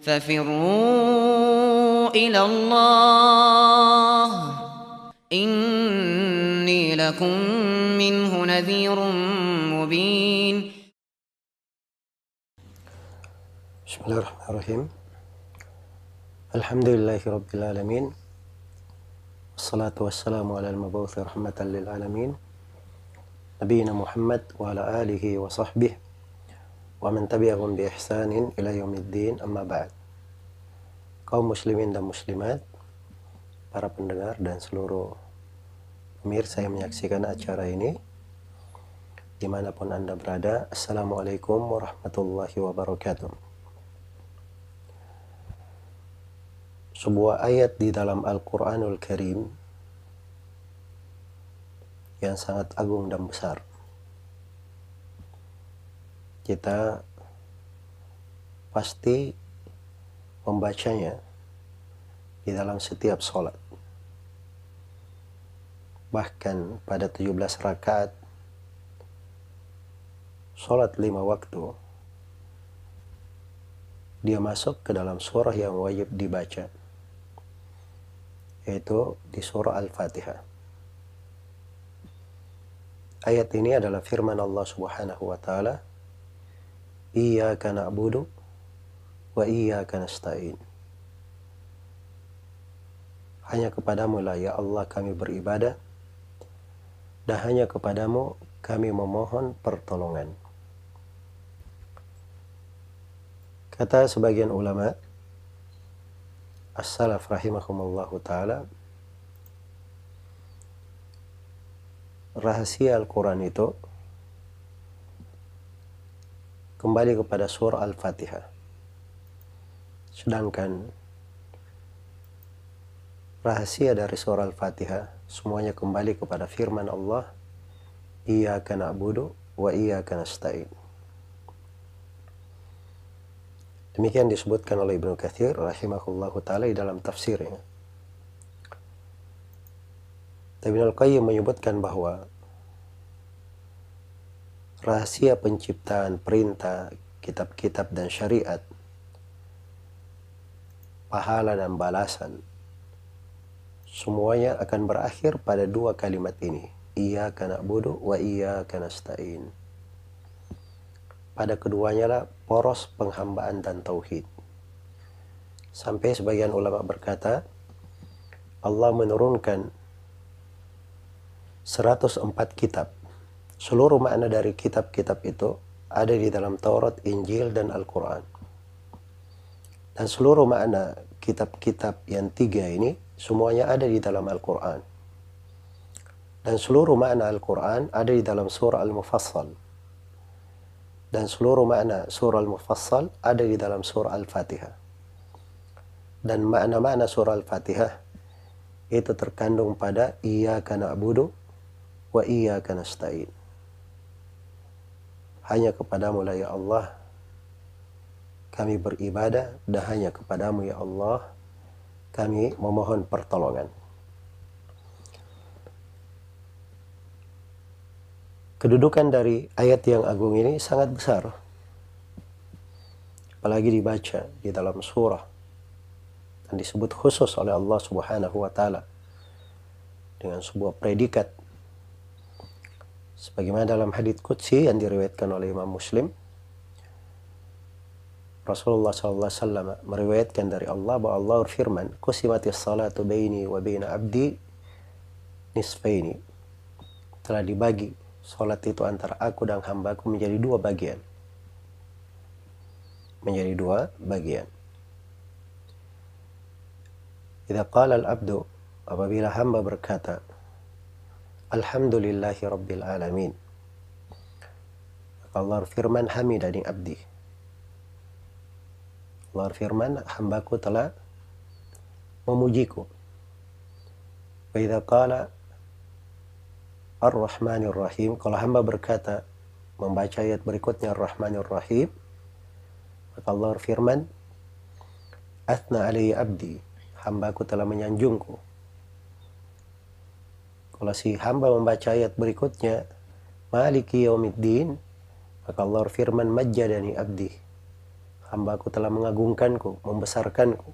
ففروا إلى الله إني لكم منه نذير مبين. Bismillahirrahmanirrahim. Alhamdulillahirabbil alamin. Wassalatu wassalamu ala al-mab'uts rahmatan lil alamin. Nabiyina Muhammad wa ala alihi wa sahbihi wa man tabi'ahum bi ihsanin ila yaumiddin, amma ba'd. Kaum muslimin dan muslimat, para pendengar dan seluruh pemirsa yang menyaksikan acara ini dimanapun Anda berada, Assalamualaikum warahmatullahi wabarakatuh. Sebuah ayat di dalam Al-Quranul Karim yang sangat agung dan besar. Kita pasti membacanya di dalam setiap sholat. Bahkan pada 17 rakaat sholat 5 waktu, dia masuk ke dalam surah yang wajib dibaca, yaitu di surah Al-Fatihah. Ayat ini adalah firman Allah Subhanahu wa taala, "Iyyaka na'budu wa iyyaka nasta'in." Hanya kepadamu lah ya Allah kami beribadah, dan hanya kepadamu kami memohon pertolongan. Kata sebagian ulama as-salaf rahimahumullahu ta'ala, rahasia Al-Quran itu kembali kepada surah Al-Fatihah. Sedangkan rahasia dari surah Al-Fatihah semuanya kembali kepada firman Allah, Iyyaka na'budu wa iyyaka nasta'in. Demikian disebutkan oleh Ibnu Katsir rahimahullahu ta'ala di dalam tafsirnya. Ibnu Al-Qayyim menyebutkan bahwa rahasia penciptaan, perintah, kitab-kitab dan syariat, pahala dan balasan, semuanya akan berakhir pada dua kalimat ini, Iyyaka na'budu wa iyyaka nasta'in. Pada keduanya lah poros penghambaan dan tauhid. Sampai sebagian ulama berkata, Allah menurunkan 104 kitab. Seluruh makna dari kitab-kitab itu ada di dalam Taurat, Injil, dan Al-Quran. Dan seluruh makna kitab-kitab yang tiga ini semuanya ada di dalam Al-Quran. Dan seluruh makna Al-Quran ada di dalam surah Al-Mufassal. Dan seluruh makna surah Al-Mufassal ada di dalam surah Al-Fatihah. Dan makna-makna surah Al-Fatihah itu terkandung pada Iyyaka na'budu wa iyyaka nasta'in. Hanya kepadamu lah ya Allah kami beribadah, dan hanya kepadamu ya Allah kami memohon pertolongan. Kedudukan dari ayat yang agung ini sangat besar, apalagi dibaca di dalam surah dan disebut khusus oleh Allah Subhanahu wa taala dengan sebuah predikat, sebagaimana dalam hadits qudsi yang diriwayatkan oleh Imam Muslim. Rasulullah SAW meriwayatkan dari Allah bahwa Allah berfirman, "Qusimatis salatu baini wa baina abdi nisfaini." Telah dibagi salat itu antara aku dan hambaku menjadi dua bagian. Menjadi dua bagian. Idza qala al-abdu, apabila hamba berkata, Alhamdulillahi rabbil alamin, Allah firman, hamidani abdi. Allah firman, hambaku telah memujiku. Wa idza qala Ar-Rahmanir Rahim, kalau hamba berkata membaca ayat berikutnya Ar-Rahmanir Rahim, maka Allah firman, Athna alayya abdi, hambaku telah menyanjungku. Kalau si hamba membaca ayat berikutnya Maliki yaumiddin, maka Allah firman, Majjadani abdi, Hambaku telah mengagungkanku, membesarkanku.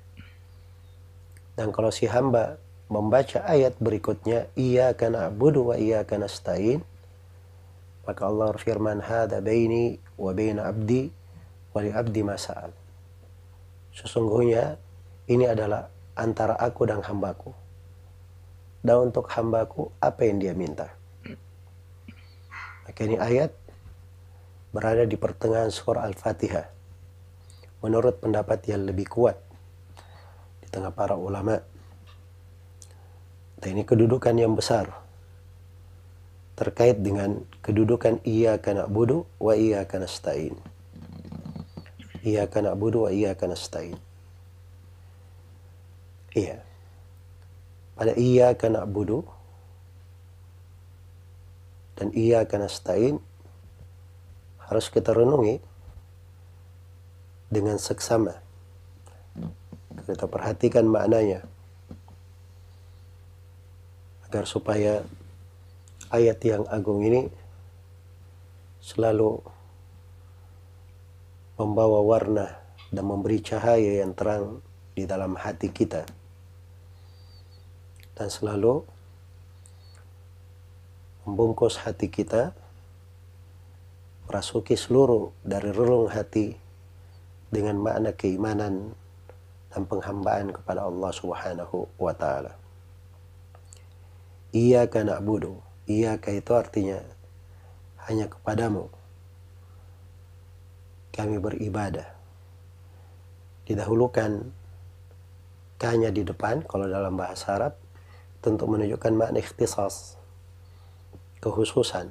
Dan kalau si hamba membaca ayat berikutnya, iyyaka na'budu wa iyyaka nasta'in, maka Allah berfirman, hadza baini wa baina abdi wa li abdi ma sa'al. Sesungguhnya ini adalah antara aku dan hambaku. Dan untuk hambaku apa yang dia minta. Maka ini ayat berada di pertengahan surah Al-Fatihah. Menurut pendapat yang lebih kuat di tengah para ulama. Dan ini kedudukan yang besar terkait dengan kedudukan iyyaka na'budu wa iyyaka nasta'in. Iyyaka na'budu wa iyyaka nasta'in. Iya. Pada iyyaka na'budu dan iyyaka nasta'in harus kita renungi dengan seksama. Kita perhatikan maknanya agar supaya ayat yang agung ini selalu membawa warna dan memberi cahaya yang terang di dalam hati kita, dan selalu membungkus hati kita, merasuki seluruh dari relung hati dengan makna keimanan dan penghambaan kepada Allah Subhanahu wa ta'ala. Iyyaka na'budu. Iyyaka itu artinya hanya kepadamu kami beribadah. Didahulukan hanya di depan kalau dalam bahasa Arab untuk menunjukkan makna ikhtisas, kekhususan,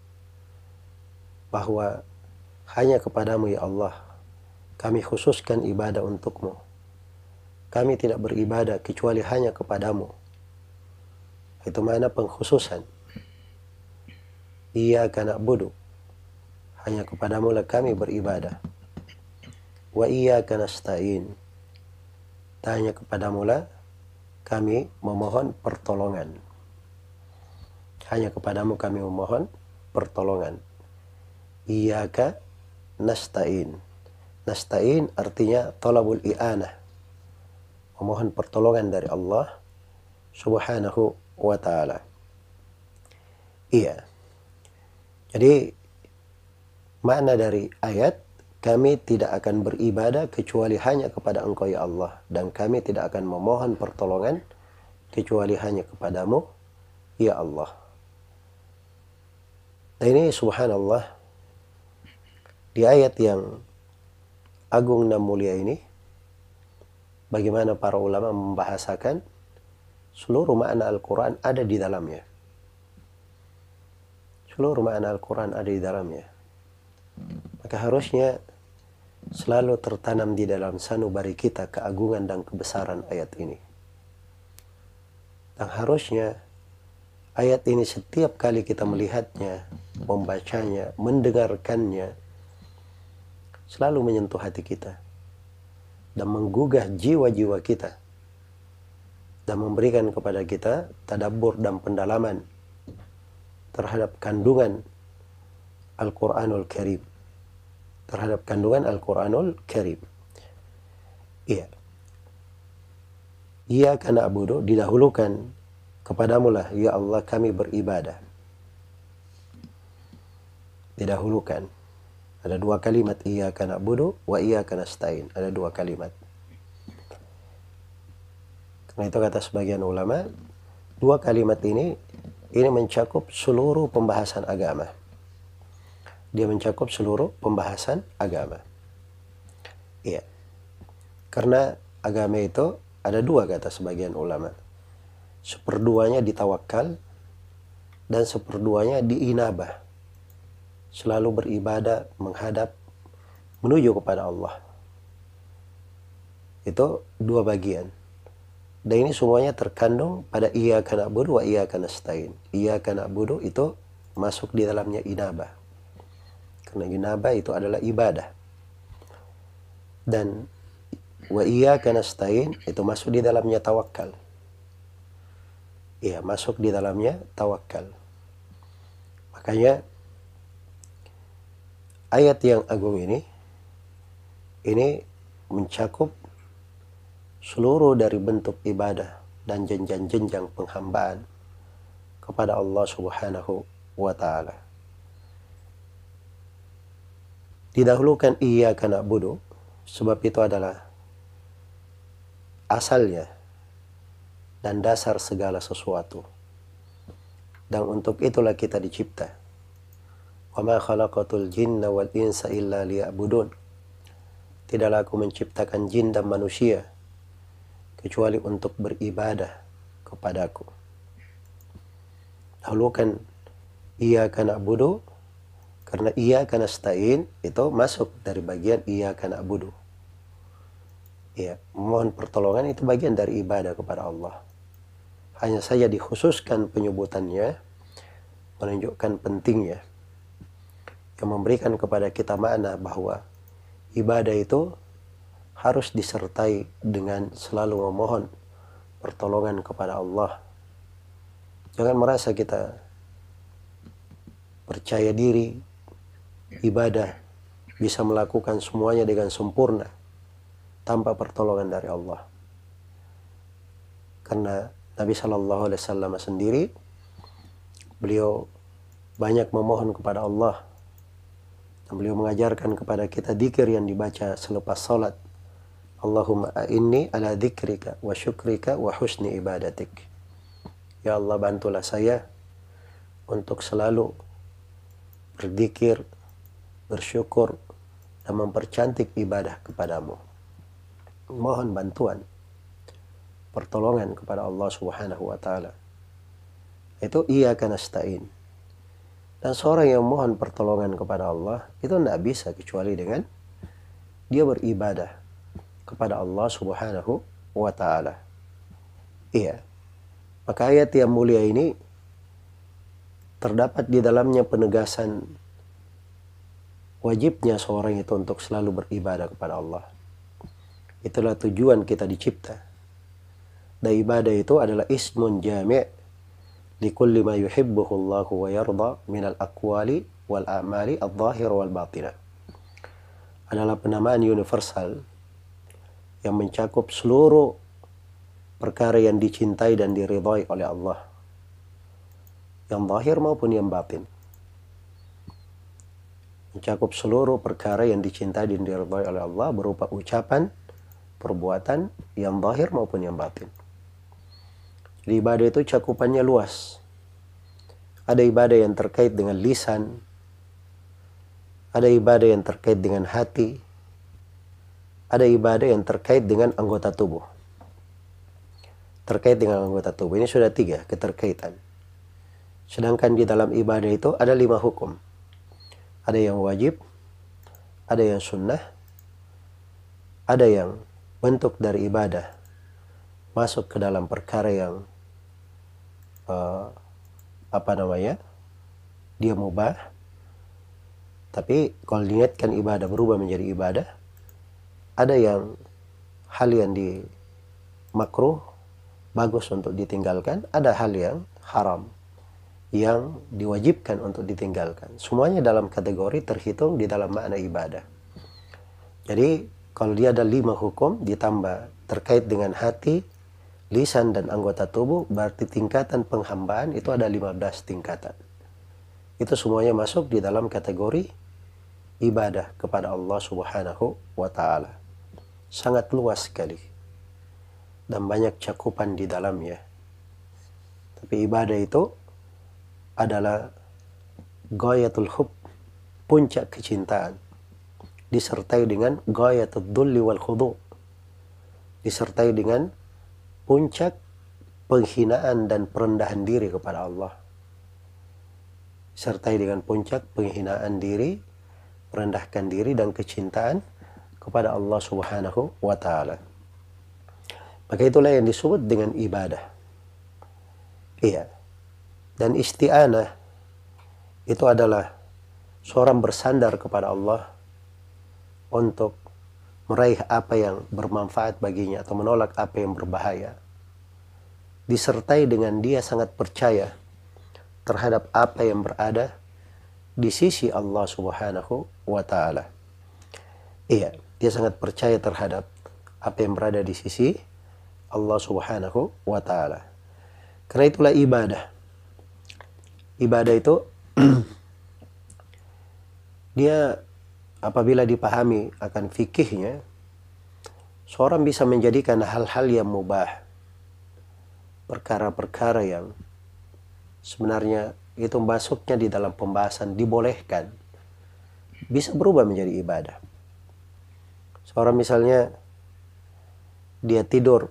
bahwa hanya kepadamu ya Allah kami khususkan ibadah untukmu. Kami tidak beribadah kecuali hanya kepadamu. Itu makna pengkhususan. Iyyaka na'budu. Hanya kepadamu lah kami beribadah. Wa iyyaka nasta'in. Hanya kepadamu lah kami memohon pertolongan. Hanya kepadamu kami memohon pertolongan. Iyyaka nasta'in. Nasta'in artinya talabul i'anah, memohon pertolongan dari Allah Subhanahu wa ta'ala. Iya. Jadi makna dari ayat, kami tidak akan beribadah kecuali hanya kepada Engkau ya Allah, dan kami tidak akan memohon pertolongan kecuali hanya kepadamu ya Allah. Dan ini subhanallah, di ayat yang agung dan mulia ini, bagaimana para ulama membahasakan seluruh makna Al-Quran ada di dalamnya. Seluruh makna Al-Quran ada di dalamnya. Maka harusnya selalu tertanam di dalam sanubari kita keagungan dan kebesaran ayat ini. Dan harusnya ayat ini setiap kali kita melihatnya, membacanya, mendengarkannya, selalu menyentuh hati kita dan menggugah jiwa-jiwa kita dan memberikan kepada kita tadabbur dan pendalaman terhadap kandungan Al-Quranul Karim, terhadap kandungan Al-Quranul Karim. Iya. Iyyaka na'budu didahulukan, kepadamulah ya Allah kami beribadah. Didahulukan. Ada dua kalimat, iyyaka na'budu wa iyyaka nasta'in. Ada dua kalimat. Karena itu kata sebagian ulama, dua kalimat ini mencakup seluruh pembahasan agama. Dia mencakup seluruh pembahasan agama. Iya. Karena agama itu ada dua kata sebagian ulama. Seperduanya ditawakal dan seperduanya diinabah. Selalu beribadah menghadap menuju kepada Allah. Itu dua bagian. Dan ini semuanya terkandung pada iyyaka na'budu wa iyyaka nasta'in. Iyyaka na'budu itu masuk di dalamnya inabah. Karena inabah itu adalah ibadah. Dan wa iyyaka nasta'in itu masuk di dalamnya tawakal. Iya, masuk di dalamnya tawakal. Makanya ayat yang agung ini ini mencakup seluruh dari bentuk ibadah dan jenjang-jenjang penghambaan kepada Allah Subhanahu wa Ta'ala. Didahulukan iyyaka na'budu sebab itu adalah asalnya dan dasar segala sesuatu. Dan untuk itulah kita dicipta. Wa ma khalaqatul jinna wal insa illa liya'budun. Tidaklah aku menciptakan jin dan manusia kecuali untuk beribadah kepadaku. Dahulukan iyyaka na'budu karena iyyaka nasta'in itu masuk dari bagian iyyaka na'budu. Ya, mohon pertolongan itu bagian dari ibadah kepada Allah. Hanya saja dikhususkan penyebutannya menunjukkan pentingnya, yang memberikan kepada kita makna bahwa ibadah itu harus disertai dengan selalu memohon pertolongan kepada Allah. Jangan merasa kita percaya diri, ibadah, bisa melakukan semuanya dengan sempurna tanpa pertolongan dari Allah. Karena Nabi Shallallahu Alaihi Wasallam sendiri, beliau banyak memohon kepada Allah. Dan beliau mengajarkan kepada kita dzikir yang dibaca selepas salat. Allahumma a'inni ala dzikrika wa syukrika wa husni ibadatik. Ya Allah, bantulah saya untuk selalu berzikir, bersyukur, dan mempercantik ibadah kepadamu. Mohon bantuan, pertolongan kepada Allah Subhanahu wa Ta'ala. Itu iyyaka nasta'in. Dan seorang yang mohon pertolongan kepada Allah itu tidak bisa kecuali dengan dia beribadah kepada Allah Subhanahu wa Ta'ala. Iya. Maka ayat yang mulia ini terdapat di dalamnya penegasan wajibnya seorang itu untuk selalu beribadah kepada Allah. Itulah tujuan kita dicipta. Dan ibadah itu adalah ismun jami' likulli ma yuhibbuhu Allah wa yarda minal aqwali wal a'mali adh-dhahir wal batinah. Adalah penamaan universal yang mencakup seluruh perkara yang dicintai dan diridhai oleh Allah, yang zahir maupun yang batin. Mencakup seluruh perkara yang dicintai dan diridhai oleh Allah berupa ucapan, perbuatan yang zahir maupun yang batin. Jadi ibadah itu cakupannya luas. Ada ibadah yang terkait dengan lisan, ada ibadah yang terkait dengan hati, ada ibadah yang terkait dengan anggota tubuh. Terkait dengan anggota tubuh ini sudah 3 keterkaitan. Sedangkan di dalam ibadah itu ada 5 hukum. Ada yang wajib, ada yang sunnah, ada yang bentuk dari ibadah masuk ke dalam perkara yang dia mubah. Tapi kalau diniatkan ibadah berubah menjadi ibadah. Ada yang hal yang makruh, bagus untuk ditinggalkan. Ada hal yang haram, yang diwajibkan untuk ditinggalkan. Semuanya dalam kategori terhitung di dalam makna ibadah. Jadi kalau dia ada 5 hukum ditambah terkait dengan hati, lisan, dan anggota tubuh, berarti tingkatan penghambaan itu ada 15 tingkatan. Itu semuanya masuk di dalam kategori ibadah kepada Allah Subhanahu wa Ta'ala. Sangat luas sekali dan banyak cakupan di dalamnya. Tapi ibadah itu adalah ghayatul hub, puncak kecintaan, disertai dengan ghayatul dhulli wal khudu', disertai dengan puncak penghinaan dan perendahan diri kepada Allah, disertai dengan puncak penghinaan diri, merendahkan diri, dan kecintaan kepada Allah Subhanahu wa Ta'ala. Maka itulah yang disebut dengan ibadah. Iya. Dan isti'anah itu adalah seorang bersandar kepada Allah untuk meraih apa yang bermanfaat baginya atau menolak apa yang berbahaya. Disertai dengan dia sangat percaya terhadap apa yang berada di sisi Allah Subhanahu wa Ta'ala. Iya. dia sangat percaya terhadap apa yang berada di sisi Allah Subhanahu wa Ta'ala. Karena itulah ibadah. Ibadah itu dia apabila dipahami akan fikihnya, seorang bisa menjadikan hal-hal yang mubah, perkara-perkara yang sebenarnya itu masuknya di dalam pembahasan dibolehkan, bisa berubah menjadi ibadah. Seorang misalnya dia tidur,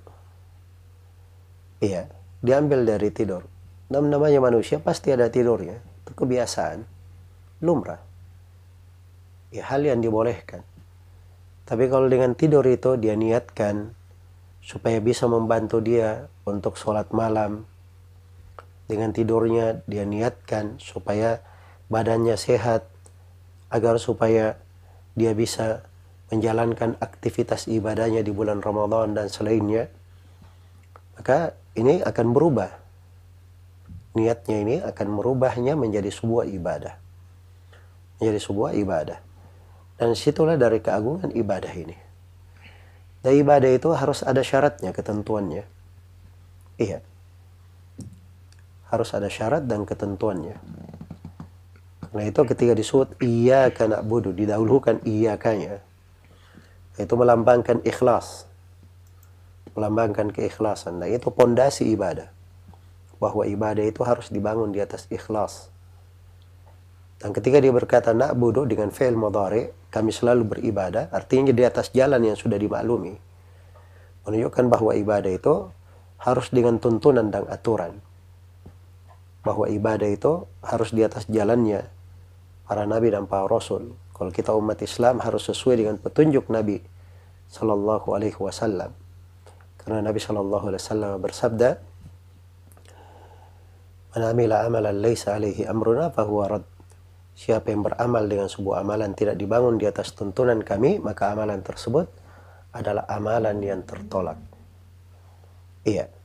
iya, diambil dari tidur. Namanya manusia pasti ada tidurnya, itu kebiasaan, lumrah. Ya, hal yang dibolehkan. Tapi kalau dengan tidur itu dia niatkan supaya bisa membantu dia untuk sholat malam, dengan tidurnya dia niatkan supaya badannya sehat, agar supaya dia bisa menjalankan aktivitas ibadahnya di bulan Ramadan dan selainnya, maka ini akan berubah. Niatnya ini akan merubahnya menjadi sebuah ibadah. Menjadi sebuah ibadah. Dan situlah dari keagungan ibadah ini. Dan ibadah itu harus ada syaratnya, ketentuannya. Iya. Harus ada syarat dan ketentuannya. Karena itu ketika disebut iyyaka na'budu, didahulukan iyyakanya, itu melambangkan ikhlas. Melambangkan keikhlasan. Nah, itu pondasi ibadah. Bahwa ibadah itu harus dibangun di atas ikhlas. Dan ketika dia berkata na'budu dengan fi'il mudhari, kami selalu beribadah, artinya di atas jalan yang sudah dimaklumi. Menunjukkan bahwa ibadah itu harus dengan tuntunan dan aturan. Bahwa ibadah itu harus di atas jalannya para nabi dan para rasul. Kalau kita umat Islam harus sesuai dengan petunjuk Nabi sallallahu alaihi wasallam. Karena Nabi sallallahu alaihi wasallam bersabda, "Man 'amila amalan laisa alaihi amruna fahuwa rad." Siapa yang beramal dengan sebuah amalan tidak dibangun di atas tuntunan kami, maka amalan tersebut adalah amalan yang tertolak. Iya.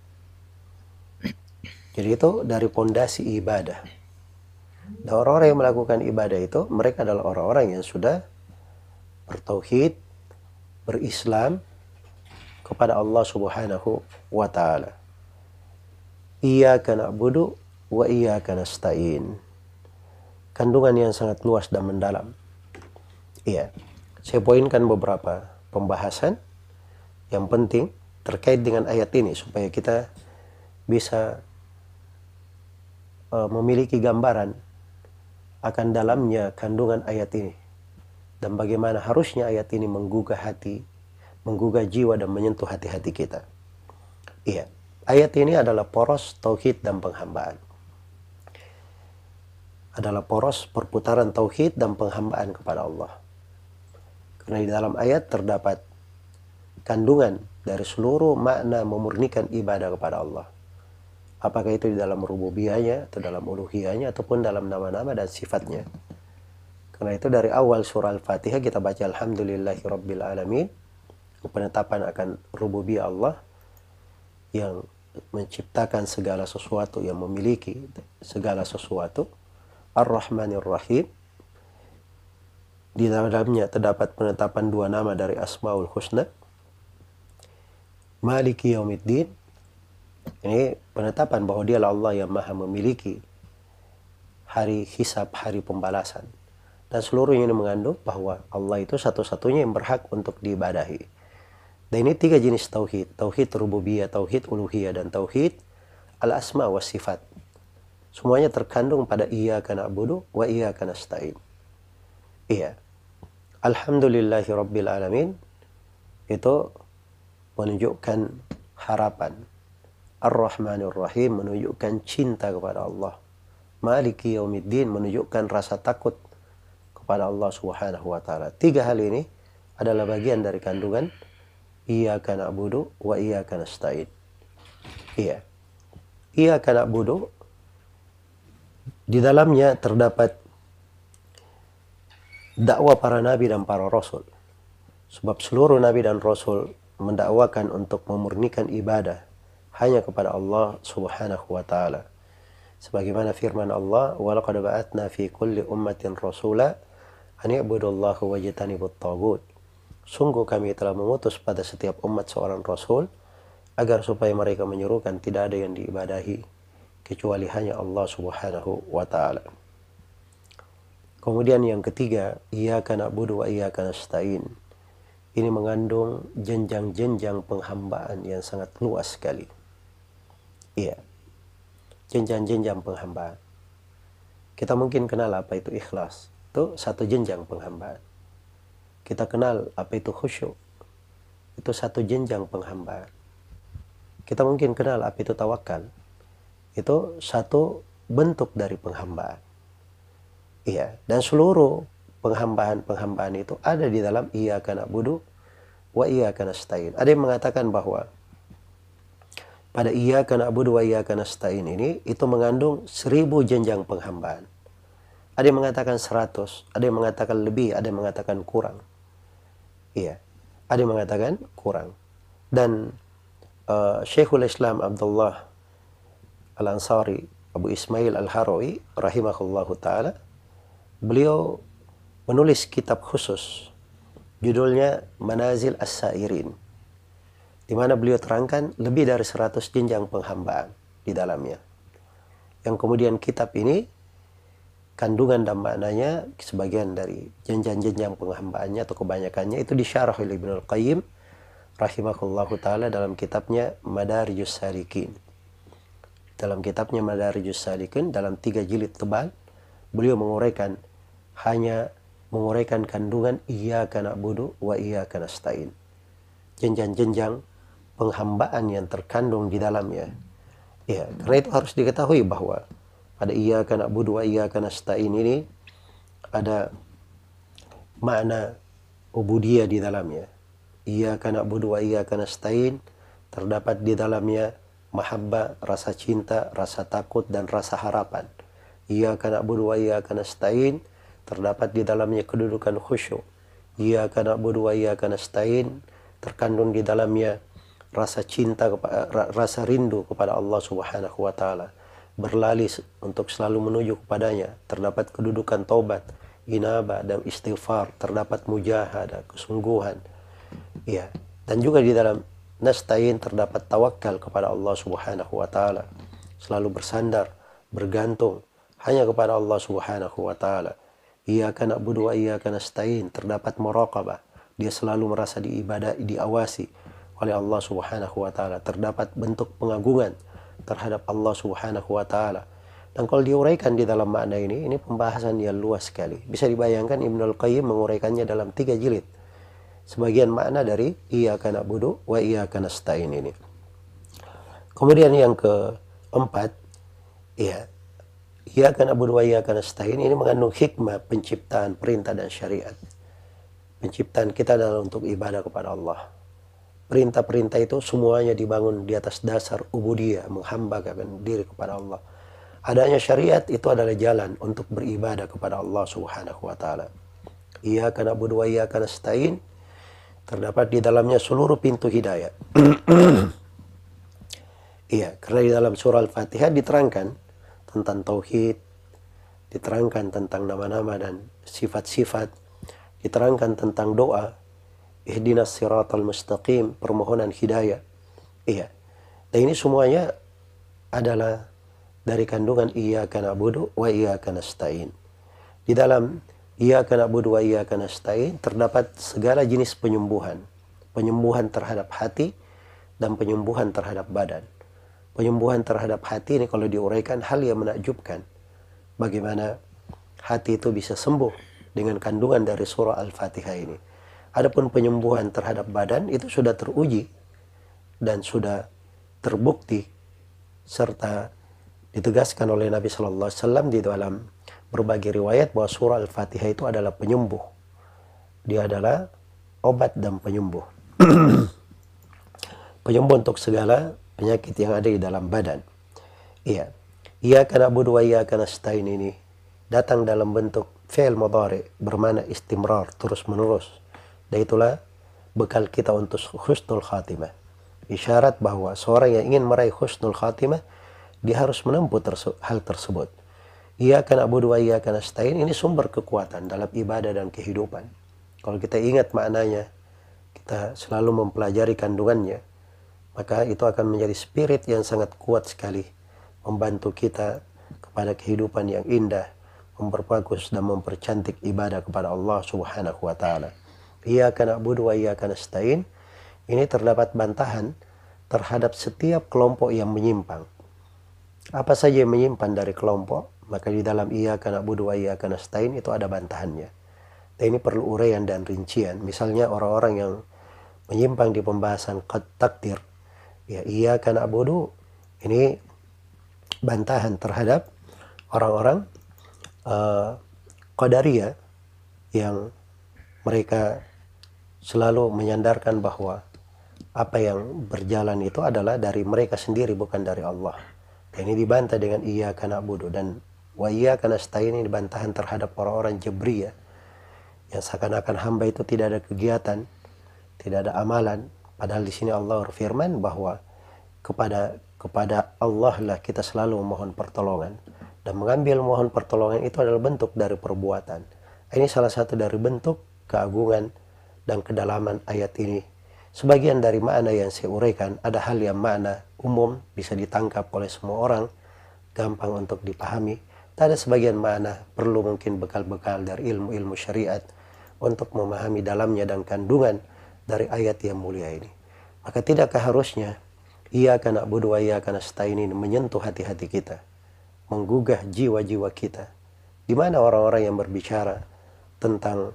Jadi itu dari pondasi ibadah. Dan orang-orang yang melakukan ibadah itu, mereka adalah orang-orang yang sudah bertauhid, berislam kepada Allah Subhanahu wa Ta'ala. Iyyaka na'budu wa iyyaka nasta'in. Kandungan yang sangat luas dan mendalam. Iya, saya poinkan beberapa pembahasan yang penting terkait dengan ayat ini supaya kita bisa memiliki gambaran akan dalamnya kandungan ayat ini dan bagaimana harusnya ayat ini menggugah hati, menggugah jiwa dan menyentuh hati-hati kita. Iya, ayat ini adalah poros tauhid dan penghambaan. Adalah poros perputaran tauhid dan penghambaan kepada Allah. Karena di dalam ayat terdapat kandungan dari seluruh makna memurnikan ibadah kepada Allah. Apakah itu di dalam rububiyahnya, atau dalam uluhiyahnya, ataupun dalam nama-nama dan sifatnya. Karena itu dari awal surah Al-Fatihah kita baca Alhamdulillahi Rabbil Alamin, penetapan akan rububiyah Allah yang menciptakan segala sesuatu, yang memiliki segala sesuatu. Ar-Rahmanir Rahim, di dalamnya terdapat penetapan dua nama dari Asmaul Husna. Maliki Yaumiddin, ini penetapan bahwa dialah Allah yang maha memiliki hari hisab, hari pembalasan. Dan seluruhnya ini mengandung bahwa Allah itu satu-satunya yang berhak untuk diibadahi. Dan ini tiga jenis tauhid. Tauhid rububiyah, tauhid uluhiyah, dan tauhid al-asma wa sifat. Semuanya terkandung pada iyyaka na'budu wa iyyaka nasta'in. Iya. Alhamdulillahi Rabbil Alamin itu menunjukkan harapan. Ar-Rahmanir Rahim menunjukkan cinta kepada Allah. Maliki Yaumiddin menunjukkan rasa takut kepada Allah Subhanahu wa Ta'ala. Tiga hal ini adalah bagian dari kandungan iyyaka na'budu wa iyyaka nasta'in. Iya. Iyyaka na'budu, di dalamnya terdapat dakwah para nabi dan para rasul. Sebab seluruh nabi dan rasul mendakwakan untuk memurnikan ibadah hanya kepada Allah Subhanahu wa Ta'ala. Sebagaimana firman Allah, "Wa laqad ba'atna fi kulli ummatin rasula an ya'budullaha wajtanibut taghut." sungguh kami telah mengutus pada setiap umat seorang Rasul, agar supaya mereka menyerukan tidak ada yang diibadahi kecuali hanya Allah Subhanahu wa Ta'ala. Kemudian yang ketiga, iyyaka na'budu wa iyyaka nasta'in. Ini mengandung jenjang-jenjang penghambaan yang sangat luas sekali. Iya, jenjang-jenjang penghambaan. Kita mungkin kenal apa itu ikhlas. Itu satu jenjang penghambaan. Kita kenal apa itu khusyuk. Itu satu jenjang penghambaan. Kita mungkin kenal apa itu tawakal. Itu satu bentuk dari penghambaan. Iya, dan seluruh penghambaan-penghambaan itu ada di dalam iyyaka na'budu wa iyyaka nasta'in. Ada yang mengatakan bahwa pada iyyaka na'budu wa iyyaka nasta'in ini itu mengandung 1000 jenjang penghambaan. Ada yang mengatakan 100, ada yang mengatakan lebih, ada yang mengatakan kurang. Iya, ada yang mengatakan kurang. Dan Syekhul Islam Abdullah Al-Ansari Abu Ismail Al-Harawi rahimahullahu ta'ala, beliau menulis kitab khusus judulnya Manazil As-Sairin, di mana beliau terangkan lebih dari 100 jenjang penghambaan di dalamnya. Yang kemudian kitab ini kandungan dan maknanya sebagian dari jenjang-jenjang penghambaannya atau kebanyakannya itu disyarah oleh Ibnu Al-Qayyim rahimahullahu taala dalam kitabnya Madarijus Salikin. Dalam kitabnya Madarijus Salikin dalam 3 jilid tebal, beliau menguraikan kandungan iyyaka na'budu wa iyyaka nasta'in. Jenjang-jenjang penghambaan yang terkandung di dalamnya. Ya, karena itu harus diketahui bahwa pada iyyaka na'budu wa iyyaka nasta'in ini ada makna ubudiyah di dalamnya. Iyyaka na'budu wa iyyaka nasta'in terdapat di dalamnya mahabbah, rasa cinta, rasa takut dan rasa harapan. Iyyaka na'budu wa iyyaka nasta'in terdapat di dalamnya kedudukan khusyuk. Iyyaka na'budu wa iyyaka nasta'in terkandung di dalamnya rasa cinta, rasa rindu kepada Allah Subhanahu wa taala, berlali untuk selalu menuju kepadanya. Terdapat kedudukan taubat, inabah dan istighfar, terdapat mujahadah, kesungguhan. Ya, dan juga di dalam nasta'in terdapat tawakal kepada Allah Subhanahu wa taala, selalu bersandar, bergantung hanya kepada Allah Subhanahu wa taala. Iyyaka na'budu wa iyyaka nasta'in terdapat muraqabah, dia selalu merasa diawasi oleh Allah Subhanahu wa taala. Terdapat bentuk pengagungan terhadap Allah Subhanahu wa taala. Dan kalau diuraikan di dalam makna ini pembahasan yang luas sekali. Bisa dibayangkan Ibnu Al-Qayyim menguraikannya dalam 3 jilid. Sebagian makna dari iyyaka na'budu wa iyyaka nasta'in ini. Kemudian yang keempat, ya, iyyaka na'budu wa iyyaka nasta'in ini mengandung hikmah penciptaan, perintah dan syariat. Penciptaan kita adalah untuk ibadah kepada Allah. Perintah-perintah itu semuanya dibangun di atas dasar ubudiyah, menghambakan diri kepada Allah. Adanya syariat itu adalah jalan untuk beribadah kepada Allah Subhanahu wa taala. Iyyaka na'budu wa iyyaka nasta'in terdapat di dalamnya seluruh pintu hidayah. Iya, karena di dalam surah Al-Fatihah diterangkan tentang tauhid, diterangkan tentang nama-nama dan sifat-sifat, diterangkan tentang doa, ihdinas siratal mustaqim, permohonan hidayah. Iya. Dan ini semuanya adalah dari kandungan iyyaka na'budu wa iyyaka nasta'in. Di dalam iyyaka na'budu wa iyyaka nasta'in terdapat segala jenis penyembuhan. Penyembuhan terhadap hati dan penyembuhan terhadap badan. Penyembuhan terhadap hati ini kalau diuraikan hal yang menakjubkan. Bagaimana hati itu bisa sembuh dengan kandungan dari surah Al-Fatihah ini. Adapun penyembuhan terhadap badan itu sudah teruji dan sudah terbukti serta ditegaskan oleh Nabi Sallallahu Alaihi Wasallam di dalam berbagai riwayat bahwa surah Al-Fatihah itu adalah penyembuh. Dia adalah obat dan penyembuh. Penyembuh untuk segala penyakit yang ada di dalam badan. Iya. Iyyaka na'budu wa iyyaka nasta'in ini datang dalam bentuk fi'il mudhari bermakna istimrar, terus-menerus. Dan itulah bekal kita untuk husnul khatimah. Isyarat bahwa seorang yang ingin meraih husnul khatimah, dia harus menempuh hal tersebut. Iyyaka na'budu wa iyyaka nasta'in ini sumber kekuatan dalam ibadah dan kehidupan. Kalau kita ingat maknanya, kita selalu mempelajari kandungannya, maka itu akan menjadi spirit yang sangat kuat sekali membantu kita kepada kehidupan yang indah, memperbagus dan mempercantik ibadah kepada Allah Subhanahu wa taala. Iyyaka na'budu wa iyyaka nasta'in. Ini terdapat bantahan terhadap setiap kelompok yang menyimpang. Apa saja yang menyimpang dari kelompok, maka di dalam iyyaka na'budu wa iyyaka nasta'in itu ada bantahannya. Dan ini perlu uraian dan rincian. Misalnya orang-orang yang menyimpang di pembahasan takdir, ya iyyaka na'budu, ini bantahan terhadap orang-orang Qadariyah yang mereka selalu menyandarkan bahwa apa yang berjalan itu adalah dari mereka sendiri, bukan dari Allah. Dan ini dibantah dengan iyyaka na'budu, dan wa iyyaka nasta'in ini bantahan terhadap orang-orang Jabriyah yang seakan-akan hamba itu tidak ada kegiatan, tidak ada amalan, padahal di sini Allah berfirman bahwa kepada Allah lah kita selalu memohon pertolongan, dan mengambil mohon pertolongan itu adalah bentuk dari perbuatan. Ini salah satu dari bentuk keagungan dan kedalaman ayat ini. Sebagian dari makna yang saya uraikan, ada hal yang makna umum bisa ditangkap oleh semua orang, gampang untuk dipahami. Ada sebagian makna perlu mungkin bekal-bekal dari ilmu-ilmu syariat untuk memahami dalamnya dan kandungan dari ayat yang mulia ini. Maka tidakkah harusnya iyyaka na'budu wa iyyaka nasta'in ini menyentuh hati-hati kita, menggugah jiwa-jiwa kita, di mana orang-orang yang berbicara tentang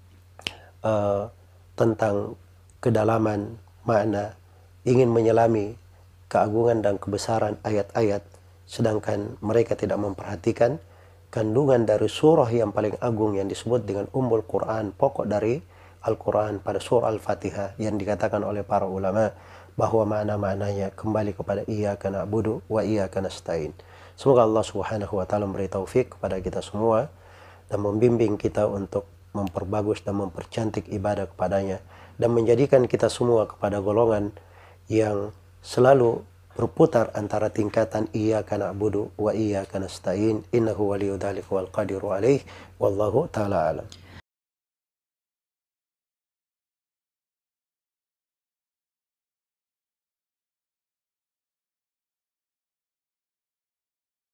kedalaman makna, ingin menyelami keagungan dan kebesaran ayat-ayat, sedangkan mereka tidak memperhatikan kandungan dari surah yang paling agung yang disebut dengan Ummul Quran, pokok dari Al-Quran, pada surah Al-Fatihah, yang dikatakan oleh para ulama bahwa makna-maknanya kembali kepada iyyaka na'budu wa iyyaka nasta'in. Semoga Allah Subhanahu wa taala memberi taufik kepada kita semua dan membimbing kita untuk memperbagus dan mempercantik ibadah kepadanya, dan menjadikan kita semua kepada golongan yang selalu berputar antara tingkatan iyyaka na'budu wa iyyaka nasta'in. Innahu waliyyu dzalika wal qadiru alaih, wallahu taala alam.